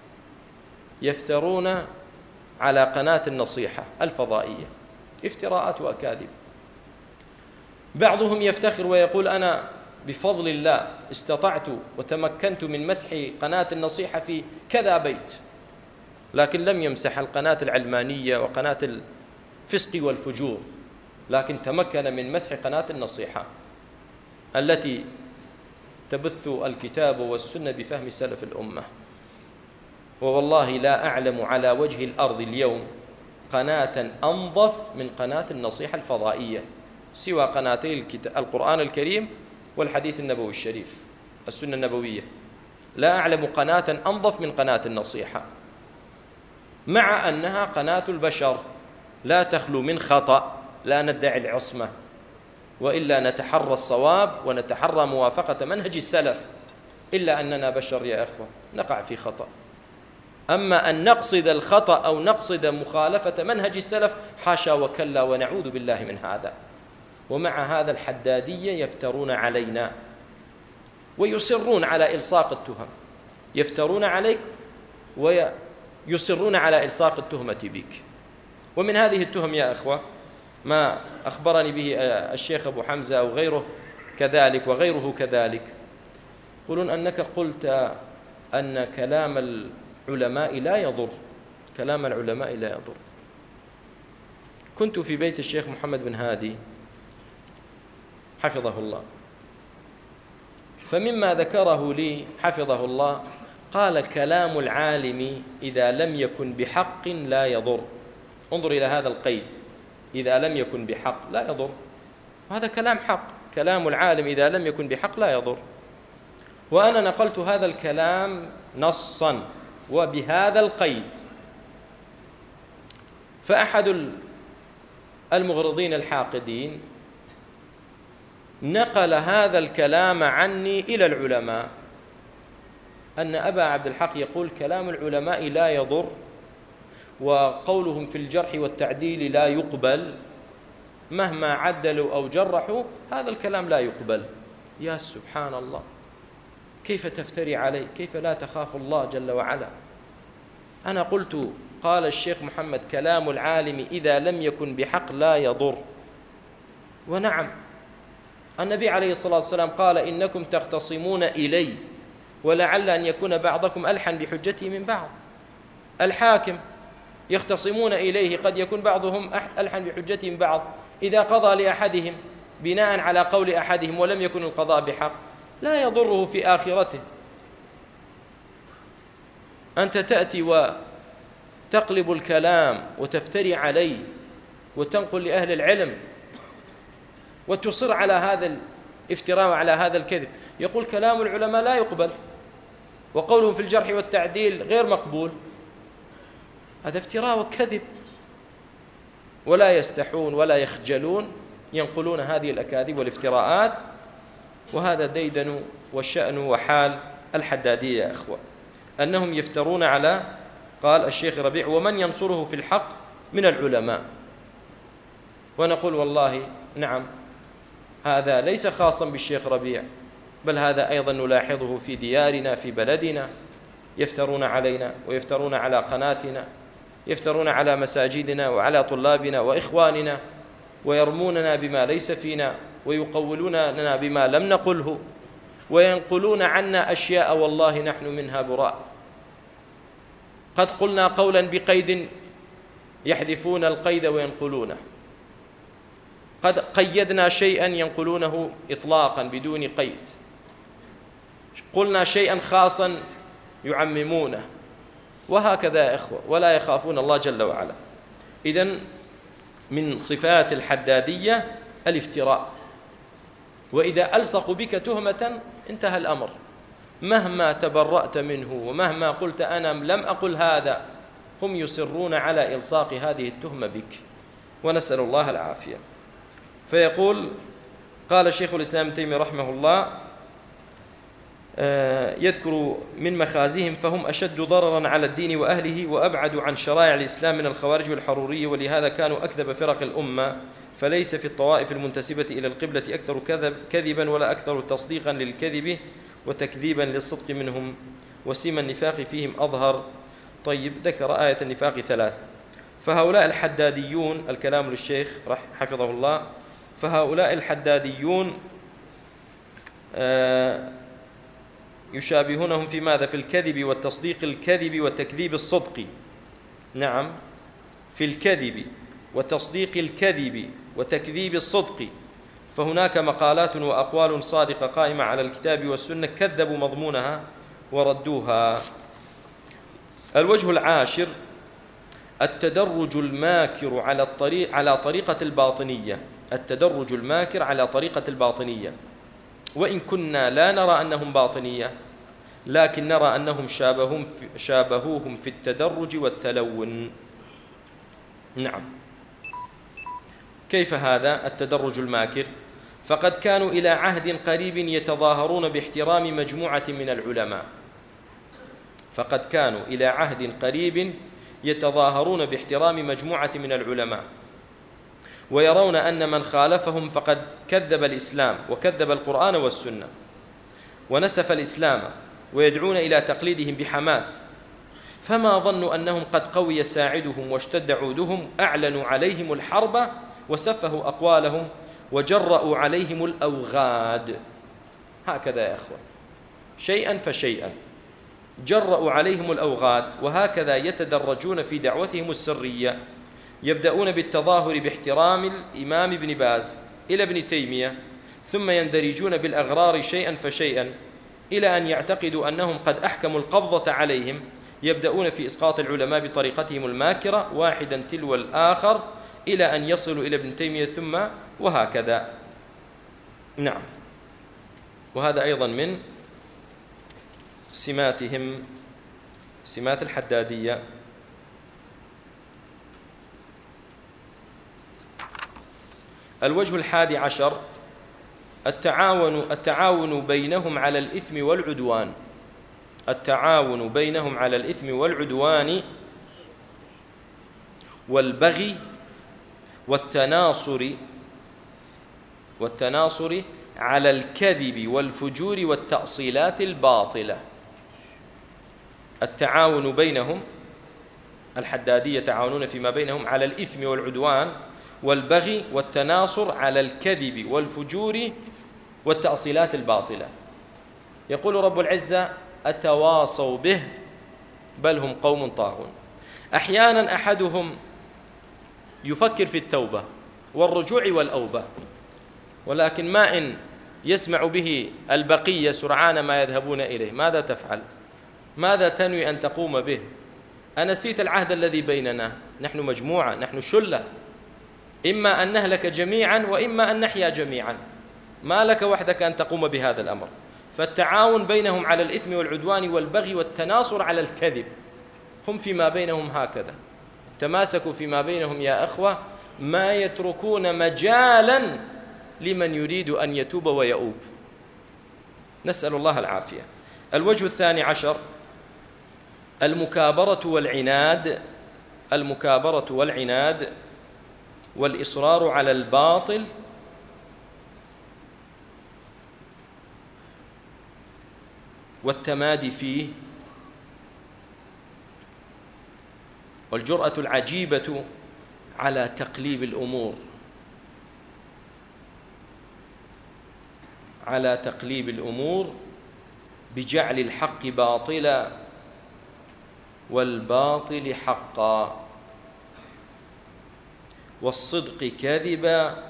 يفترون على قناة النصيحة الفضائية افتراءات وأكاذيب. بعضهم يفتخر ويقول أنا بفضل الله استطعت وتمكنت من مسح قناة النصيحة في كذا بيت، لكن لم يمسح القناة العلمانية وقناة الفسق والفجور، لكن تمكن من مسح قناة النصيحة التي تبث الكتاب والسنة بفهم سلف الأمة. ووالله لا أعلم على وجه الأرض اليوم قناة أنظف من قناة النصيحة الفضائية سوى قناتي القرآن الكريم والحديث النبوي الشريف، السنة النبوية. لا أعلم قناة أنظف من قناة النصيحة، مع أنها قناة البشر لا تخلو من خطأ. لا ندعي العصمة، وإلا نتحرى الصواب ونتحرى موافقة منهج السلف، إلا أننا بشر يا أخوة نقع في خطأ. أما أن نقصد الخطأ أو نقصد مخالفة منهج السلف حاشا وكلا، ونعوذ بالله من هذا. ومع هذا الحدادية يفترون علينا ويصرون على إلصاق التهم، يفترون عليك ويصرون على إلصاق التهمة بك. ومن هذه التهم يا أخوة ما أخبرني به الشيخ أبو حمزة أو غيره كذلك وغيره كذلك، يقولون أنك قلت أن كلام العلماء لا يضر، كلام العلماء لا يضر. كنت في بيت الشيخ محمد بن هادي حفظه الله، فمما ذكره لي حفظه الله قال كلام العالم إذا لم يكن بحق لا يضر. انظر إلى هذا القيد، إذا لم يكن بحق لا يضر، وهذا كلام حق. كلام العالم إذا لم يكن بحق لا يضر. وأنا نقلت هذا الكلام نصا وبهذا القيد. فأحد المغرضين الحاقدين نقل هذا الكلام عني إلى العلماء، أن أبا عبد الحق يقول كلام العلماء لا يضر، وقولهم في الجرح والتعديل لا يقبل، مهما عدلوا أو جرحوا هذا الكلام لا يقبل. يا سبحان الله، كيف تفتري علي؟ كيف لا تخاف الله جل وعلا؟ أنا قلت قال الشيخ محمد كلام العالم إذا لم يكن بحق لا يضر. ونعم، النبي عليه الصلاة والسلام قال إنكم تختصمون إلي ولعل أن يكون بعضكم ألحن بحجته من بعض. الحاكم يختصمون إليه، قد يكون بعضهم ألحن بحجته من بعض. إذا قضى لأحدهم بناء على قول أحدهم ولم يكن القضاء بحق لا يضره في آخرته. أنت تأتي تقلب الكلام وتفتري عليه وتنقل لأهل العلم وتصر على هذا الافتراء وعلى هذا الكذب. يقول كلام العلماء لا يقبل وقولهم في الجرح والتعديل غير مقبول، هذا افتراء وكذب، ولا يستحون ولا يخجلون ينقلون هذه الأكاذيب والافتراءات. وهذا ديدن والشأن وحال الحدادية يا أخوة، أنهم يفترون على، قال الشيخ ربيع، ومن ينصره في الحق من العلماء. ونقول والله نعم، هذا ليس خاصا بالشيخ ربيع، بل هذا أيضا نلاحظه في ديارنا في بلدنا، يفترون علينا ويفترون على قناتنا، يفترون على مساجدنا وعلى طلابنا وإخواننا، ويرموننا بما ليس فينا ويقولوننا بما لم نقله، وينقلون عنا أشياء والله نحن منها براء. قد قلنا قولا بقيد يحذفون القيد وينقلونه، قد قيدنا شيئا ينقلونه إطلاقا بدون قيد، قلنا شيئا خاصا يعممونه، وهكذا يا إخوة، ولا يخافون الله جل وعلا. إذن من صفات الحدادية الافتراء، وإذا ألصقوا بك تهمة انتهى الأمر، مهما تبرأت منه ومهما قلت أنا لم أقل هذا، هم يصرون على إلصاق هذه التهمة بك، ونسأل الله العافية. فيقول قال شيخ الإسلام ابن تيمية رحمه الله يذكر من مخازيهم: فهم أشد ضررا على الدين وأهله وأبعد عن شرائع الإسلام من الخوارج والحرورية، ولهذا كانوا أكذب فرق الأمة، فليس في الطوائف المنتسبة إلى القبلة أكثر كذبا ولا أكثر تصديقا للكذب وتكذيبا للصدق منهم، وسيم النفاق فيهم أظهر. طيب، ذكر آية النفاق 3. فهؤلاء الحداديون، الكلام للشيخ حفظه الله، فهؤلاء الحداديون يشابهونهم في ماذا؟ في الكذب والتصديق الكذب وتكذيب الصدق. نعم، في الكذب وتصديق الكذب وتكذيب الصدق، فهناك مقالات وأقوال صادقة قائمة على الكتاب والسنة كذبوا مضمونها وردوها. الوجه العاشر: التدرج الماكر على طريقة الباطنية. التدرج الماكر على طريقة الباطنية، وإن كنا لا نرى أنهم باطنية، لكن نرى أنهم شابهوهم في التدرج والتلون. نعم، كيف هذا التدرج الماكر؟ فقد كانوا إلى عهد قريب يتظاهرون باحترام مجموعة من العلماء، فقد كانوا إلى عهد قريب يتظاهرون باحترام مجموعة من العلماء، ويرون أن من خالفهم فقد كذب الإسلام وكذب القرآن والسنة ونسف الإسلام، ويدعون إلى تقليدهم بحماس، فما ظنوا أنهم قد قوي ساعدهم واشتد عودهم، أعلنوا عليهم الحرب وسفهوا أقوالهم وجرأوا عليهم الأوغاد. هكذا يا أخوة، شيئا فشيئا جرأوا عليهم الأوغاد، وهكذا يتدرجون في دعوتهم السرية، يبدأون بالتظاهر باحترام الإمام ابن باز إلى ابن تيمية، ثم يندرجون بالأغرار شيئا فشيئا إلى أن يعتقدوا أنهم قد أحكموا القبضة عليهم، يبدأون في إسقاط العلماء بطريقتهم الماكرة واحدا تلو الآخر إلى أن يصلوا إلى ابن تيمية، ثم وهكذا. نعم، وهذا أيضا من سماتهم، سمات الحدادية. الوجه 11: التعاون بينهم على الإثم والعدوان. التعاون بينهم على الإثم والعدوان والبغي والتناصر على الكذب والفجور والتأصيلات الباطلة. التعاون بينهم، الحدادية يتعاونون فيما بينهم على الإثم والعدوان والبغي والتناصر على الكذب والفجور والتأصيلات الباطلة. يقول رب العزة: أتواصوا به بل هم قوم طاغون. أحيانا أحدهم يفكر في التوبة والرجوع والأوبة، ولكن ما إن يسمع به البقية سرعان ما يذهبون إليه، ماذا تفعل؟ ماذا تنوي أن تقوم به؟ أنسيت العهد الذي بيننا؟ نحن مجموعة، نحن شلة، إما أن نهلك جميعا وإما أن نحيا جميعا، ما لك وحدك أن تقوم بهذا الأمر. فالتعاون بينهم على الإثم والعدوان والبغي والتناصر على الكذب، هم فيما بينهم هكذا، تماسكوا فيما بينهم يا أخوة، ما يتركون مجالا لمن يريد أن يتوب ويؤوب، نسأل الله العافية. الوجه الثاني عشر المكابرة والعناد، المكابرة والعناد والإصرار على الباطل والتمادي فيه، والجرأة العجيبة على تقليب الأمور، على تقليب الأمور بجعل الحق باطلا والباطل حقا، والصدق كذبا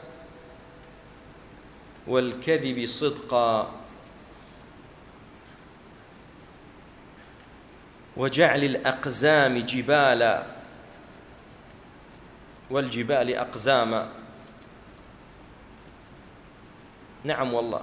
والكذب صدقا، وجعل الأقزام جبالا والجبال أقزاما. نعم والله،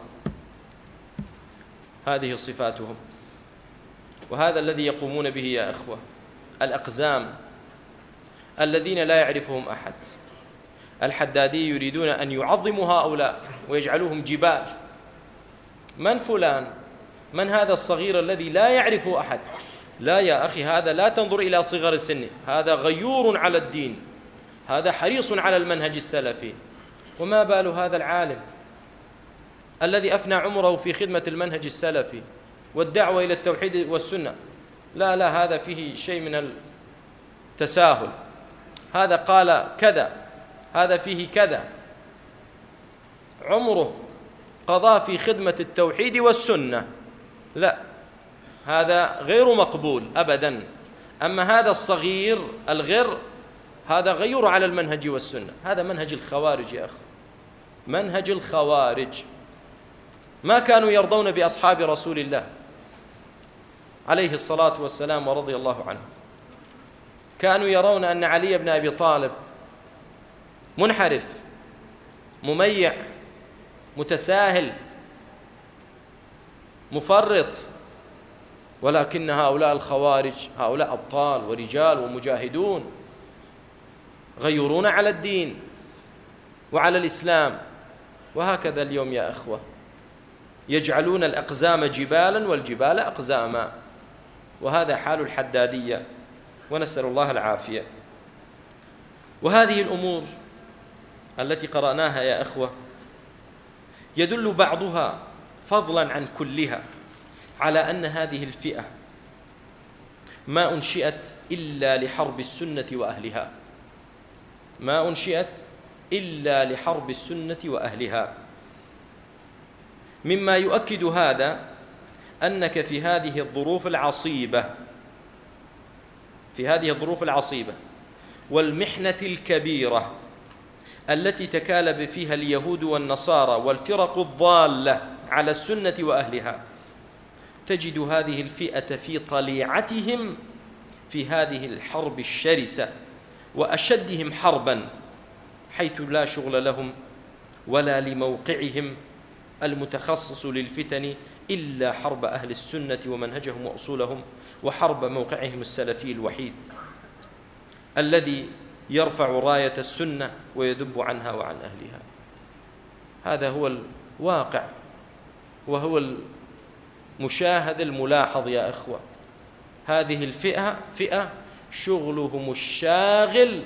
هذه صفاتهم، وهذا الذي يقومون به يا أخوة، الأقزام الذين لا يعرفهم أحد. الحدادي يريدون أن يعظموا هؤلاء ويجعلوهم جبال. من فلان؟ من هذا الصغير الذي لا يعرفه أحد؟ لا يا أخي، هذا لا تنظر إلى صغر السن، هذا غيور على الدين، هذا حريص على المنهج السلفي. وما بال هذا العالم الذي أفنى عمره في خدمة المنهج السلفي والدعوة إلى التوحيد والسنة؟ لا لا، هذا فيه شيء من التساهل، هذا قال كذا، هذا فيه كذا، عمره قضى في خدمة التوحيد والسنة، لا، هذا غير مقبول أبدا. أما هذا الصغير الغر، هذا غير على المنهج والسنة، هذا منهج الخوارج يا أخي، منهج الخوارج. ما كانوا يرضون بأصحاب رسول الله عليه الصلاة والسلام ورضي الله عنه، كانوا يرون أن علي بن أبي طالب منحرف مميع متساهل مفرط، ولكن هؤلاء الخوارج هؤلاء أبطال ورجال ومجاهدون غيرون على الدين وعلى الإسلام. وهكذا اليوم يا أخوة، يجعلون الأقزام جبالا والجبال أقزاما، وهذا حال الحدادية، ونسأل الله العافية. وهذه الأمور التي قرأناها يا أخوة يدل بعضها فضلا عن كلها على أن هذه الفئة ما أنشئت إلا لحرب السنة وأهلها، ما أنشئت إلا لحرب السنة وأهلها. مما يؤكد هذا أنك في هذه الظروف العصيبة، في هذه الظروف العصيبة والمحنة الكبيرة التي تكالب فيها اليهود والنصارى والفرق الضالة على السنة وأهلها، تجد هذه الفئة في طليعتهم في هذه الحرب الشرسة وأشدهم حربا، حيث لا شغل لهم ولا لموقعهم المتخصص للفتن إلا حرب أهل السنة ومنهجهم وأصولهم، وحرب موقعهم السلفي الوحيد الذي يرفع راية السنة ويذب عنها وعن أهلها. هذا هو الواقع وهو المشاهد الملاحظ يا أخوة. هذه الفئة فئة شغلهم الشاغل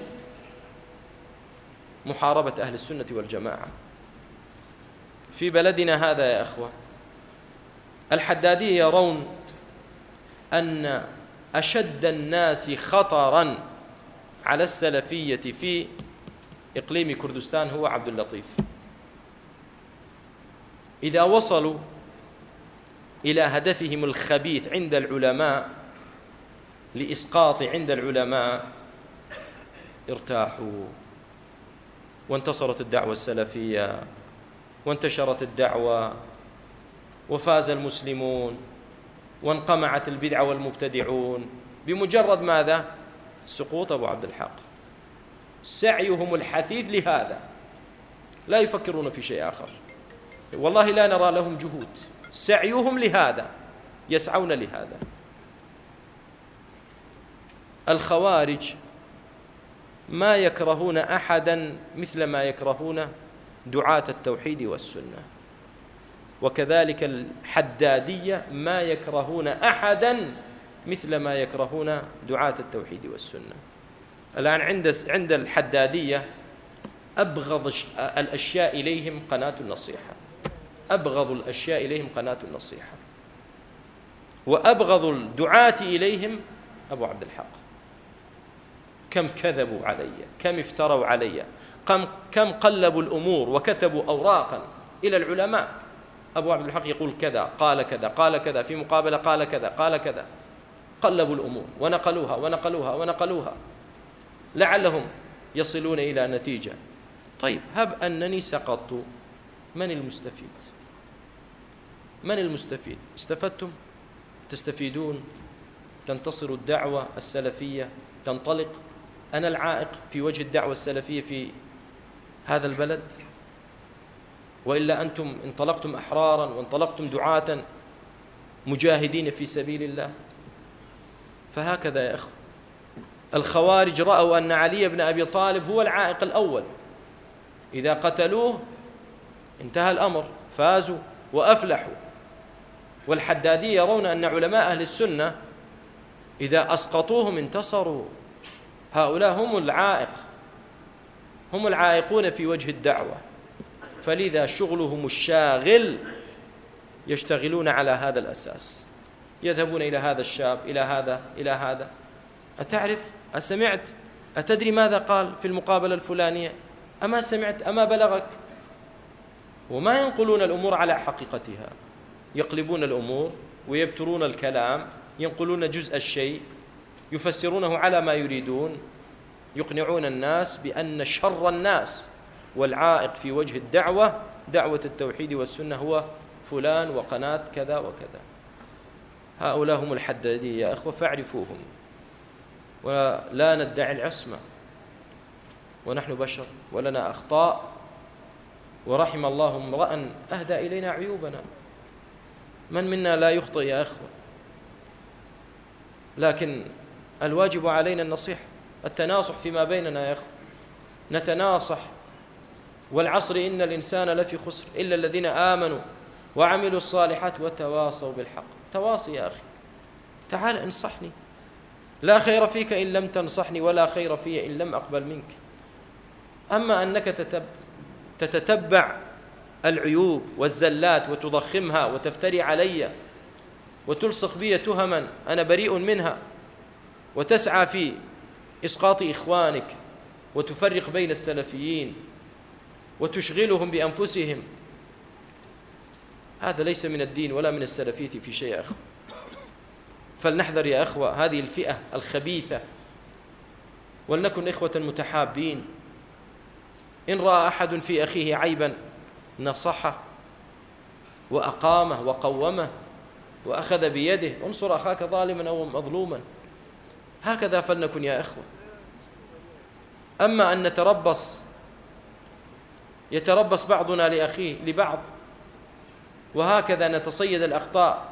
محاربة أهل السنة والجماعة. في بلدنا هذا يا أخوة الحدادية يرون أن أشد الناس خطراً على السلفية في إقليم كردستان هو عبد اللطيف. إذا وصلوا إلى هدفهم الخبيث عند العلماء لإسقاط عند العلماء ارتاحوا، وانتصرت الدعوة السلفية وانتشرت الدعوة وفاز المسلمون وانقمعت البدع والمبتدعون بمجرد ماذا؟ سقوط أبو عبد الحق، سعيهم الحثيث لهذا، لا يفكرون في شيء آخر، والله لا نرى لهم جهود، سعيهم لهذا، يسعون لهذا. الخوارج ما يكرهون أحدا مثل ما يكرهون دعاة التوحيد والسنة، وكذلك الحدادية ما يكرهون أحدا مثل ما يكرهون دعاة التوحيد والسنة. الآن عند الحدادية أبغض الأشياء إليهم قناة النصيحة، أبغض الأشياء إليهم قناة النصيحة، وأبغض الدعاة إليهم أبو عبد الحق. كم كذبوا علي، كم افتروا علي، كم قلبوا الأمور وكتبوا أوراقا إلى العلماء. أبو عبد الحق يقول كذا، قال كذا، قال كذا، في مقابلة قال كذا، قال كذا، قلبوا الأمور ونقلوها ونقلوها ونقلوها لعلهم يصلون إلى نتيجة. طيب، هب أنني سقطت، من المستفيد؟ من المستفيد؟ استفدتم؟ تستفيدون؟ تنتصر الدعوة السلفية، تنطلق؟ أنا العائق في وجه الدعوة السلفية في هذا البلد؟ وإلا أنتم انطلقتم أحرارا وانطلقتم دعاة مجاهدين في سبيل الله. فهكذا يا أخوة، الخوارج رأوا أن علي بن أبي طالب هو العائق الأول، إذا قتلوه انتهى الأمر، فازوا وأفلحوا. والحدادية يرون أن علماء أهل السنة إذا أسقطوهم انتصروا، هؤلاء هم العائق، هم العائقون في وجه الدعوة. فلذا شغلهم الشاغل يشتغلون على هذا الأساس، يذهبون إلى هذا الشاب، إلى هذا، إلى هذا، أتعرف؟ أسمعت؟ أتدري ماذا قال في المقابلة الفلانية؟ أما سمعت؟ أما بلغك؟ وما ينقلون الأمور على حقيقتها، يقلبون الأمور ويبترون الكلام، ينقلون جزء الشيء، يفسرونه على ما يريدون، يقنعون الناس بأن شر الناس والعائق في وجه الدعوة، دعوة التوحيد والسنة، هو فلان وقناة كذا وكذا. هؤلاء هم الحدادية يا أخوة، فاعرفوهم. ولا ندعي العصمة، ونحن بشر ولنا أخطاء، ورحم الله امرأ أهدى إلينا عيوبنا. من منا لا يخطئ يا أخوة؟ لكن الواجب علينا النصيحة، التناصح فيما بيننا يا أخوة، نتناصح. والعصر إن الإنسان لفي خسر إلا الذين آمنوا وعملوا الصالحات وتواصوا بالحق. تواصي يا أخي، تعال انصحني، لا خير فيك إن لم تنصحني، ولا خير في إن لم أقبل منك. أما أنك تتتبع العيوب والزلات وتضخمها وتفتري علي وتلصق بي تهما أنا بريء منها، وتسعى في إسقاط إخوانك وتفرق بين السلفيين وتشغلهم بأنفسهم، هذا ليس من الدين ولا من السلفية في شيء يا أخوة. فلنحذر يا أخوة هذه الفئة الخبيثة، ولنكن إخوة متحابين. إن رأى أحد في أخيه عيبا نصحه وأقامه وقومه وأخذ بيده، انصر أخاك ظالما أو مظلوما. هكذا فلنكن يا أخوة. أما أن يتربص بعضنا لأخيه لبعض، وهكذا نتصيد الأخطاء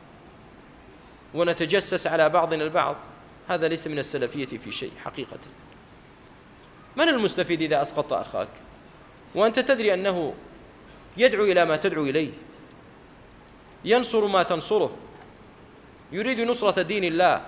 ونتجسس على بعضنا البعض، هذا ليس من السلفية في شيء حقيقة. من المستفيد إذا أسقط أخاك وأنت تدري أنه يدعو إلى ما تدعو إليه، ينصر ما تنصره، يريد نصرة دين الله،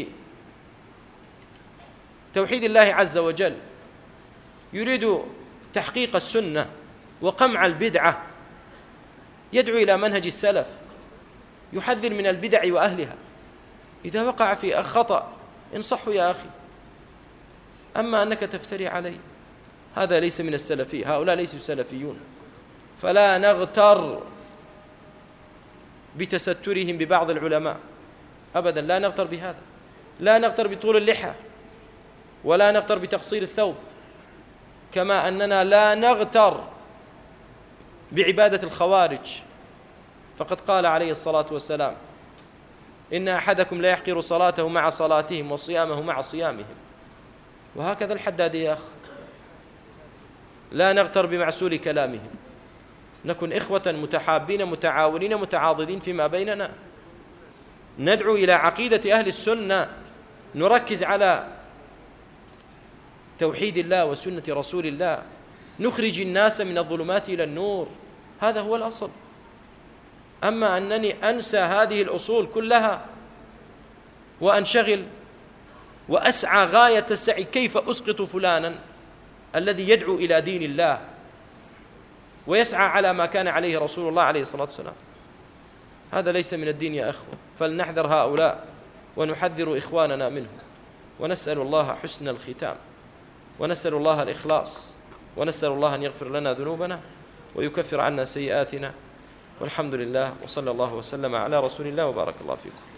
توحيد الله عز وجل، يريد تحقيق السنة وقمع البدعة، يدعو إلى منهج السلف، يحذر من البدع وأهلها. إذا وقع في خطأ انصحه يا أخي. أما أنك تفتري عليه، هذا ليس من السلفية، هؤلاء ليسوا سلفيون. فلا نغتر بتسترهم ببعض العلماء أبدا، لا نغتر بهذا، لا نغتر بطول اللحى، ولا نغتر بتقصير الثوب، كما أننا لا نغتر بعبادة الخوارج. فقد قال عليه الصلاة والسلام: إن أحدكم لا يحقر صلاته مع صلاتهم وصيامه مع صيامهم. وهكذا الحداد يا أخ، لا نغتر بمعسول كلامهم، نكن إخوة متحابين متعاونين متعاضدين فيما بيننا، ندعو إلى عقيدة أهل السنة، نركز على توحيد الله وسنة رسول الله، نخرج الناس من الظلمات إلى النور، هذا هو الأصل. أما أنني أنسى هذه الأصول كلها وأنشغل وأسعى غاية السعي كيف أسقط فلانا الذي يدعو إلى دين الله ويسعى على ما كان عليه رسول الله عليه الصلاة والسلام، هذا ليس من الدين يا أخوة. فلنحذر هؤلاء ونحذر إخواننا منهم، ونسأل الله حسن الختام، ونسأل الله الإخلاص، ونسأل الله أن يغفر لنا ذنوبنا ويكفر عنا سيئاتنا، والحمد لله، وصلى الله وسلم على رسول الله، وبارك الله فيكم.